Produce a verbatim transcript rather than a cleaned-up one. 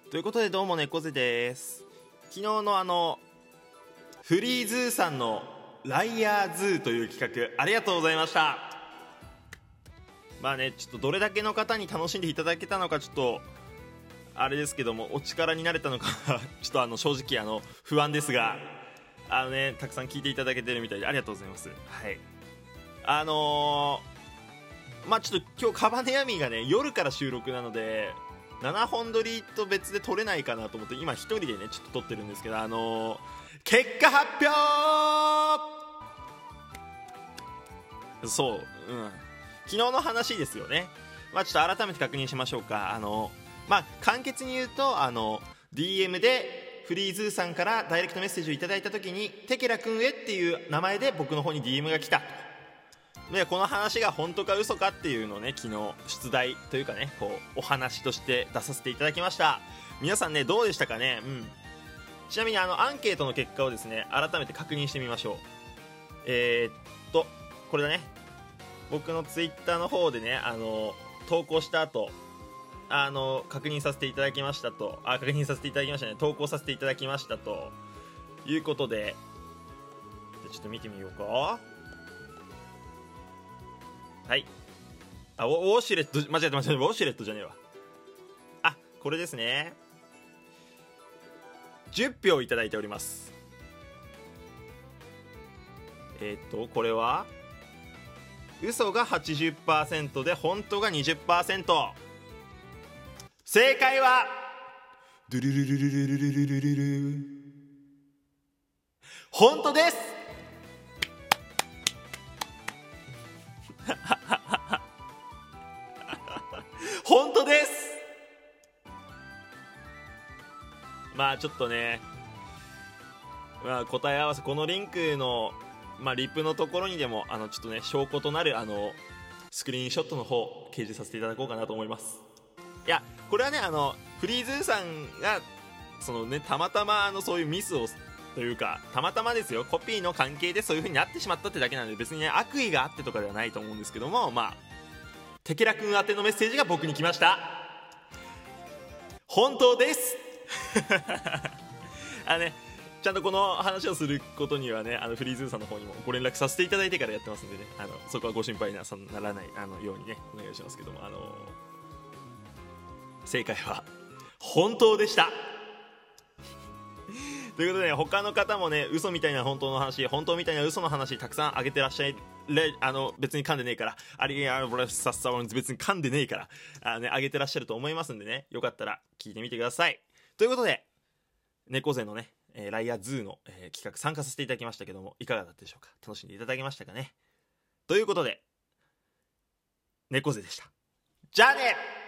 ということで、どうも猫背です。昨日のあのフリーズーさんのライアーズーという企画、ありがとうございました。まあね、ちょっとどれだけの方に楽しんでいただけたのかちょっとあれですけども、お力になれたのかちょっとあの正直あの不安ですが、あのね、たくさん聞いていただけてるみたいでありがとうございます。はい、あのー、まあちょっと今日カバネヤミーがね夜から収録なのでななほん撮りと別で撮れないかなと思って今一人でねちょっと撮ってるんですけど、あのー、結果発表そう、うん、昨日の話ですよね。まあちょっと改めて確認しましょうか。あのまあ簡潔に言うと、あの ディーエム でフリーズーさんからダイレクトメッセージをいただいた時にテケラくんへっていう名前で僕の方に ディーエム が来たで、この話が本当か嘘かっていうのをね昨日出題というかねこうお話として出させていただきました。皆さんねどうでしたかね。うん、ちなみにあのアンケートの結果をですね改めて確認してみましょう。えー、っとこれだね、僕のツイッターの方でねあの投稿した後あの確認させていただきましたとあ確認させていただきましたね投稿させていただきましたということで、ちょっと見てみようか。はい、あウォシュレット間違えてました。ウォシュレットじゃねえわ。あ、これですね。じゅっぴょういただいております。えー、っとこれは嘘が はちじゅっパーセント で本当が にじゅっパーセント。 正解はドゥルルルルルルルルルルル本当です本当です。まあちょっとね、まあ、答え合わせこのリンクの、まあ、リップのところにでもあのちょっとね証拠となるあのスクリーンショットの方掲示させていただこうかなと思います。いやこれはねあのフリーズーさんがそのねたまたまあのそういうミスをというかたまたまですよ、コピーの関係でそういう風になってしまったってだけなんで別にね悪意があってとかではないと思うんですけども、まあテケラくん宛てのメッセージが僕に来ました。本当ですあのねちゃんとこの話をすることにはねあのフリーズーさんの方にもご連絡させていただいてからやってますんでね、あのそこはご心配なさならないあのようにねお願いしますけども、あの正解は本当でしたということで、他の方もね嘘みたいな本当の話本当みたいな嘘の話たくさんあげてらっしゃい、あの別に噛んでねえからありがとうさっさ別に噛んでねえからあの、ね、あげてらっしゃると思いますんでね、よかったら聞いてみてください。ということで猫背のねえー、ライアーズーの、えー、企画参加させていただきましたけどもいかがだったでしょうか。楽しんでいただけましたかね。ということで猫背でした。じゃあね。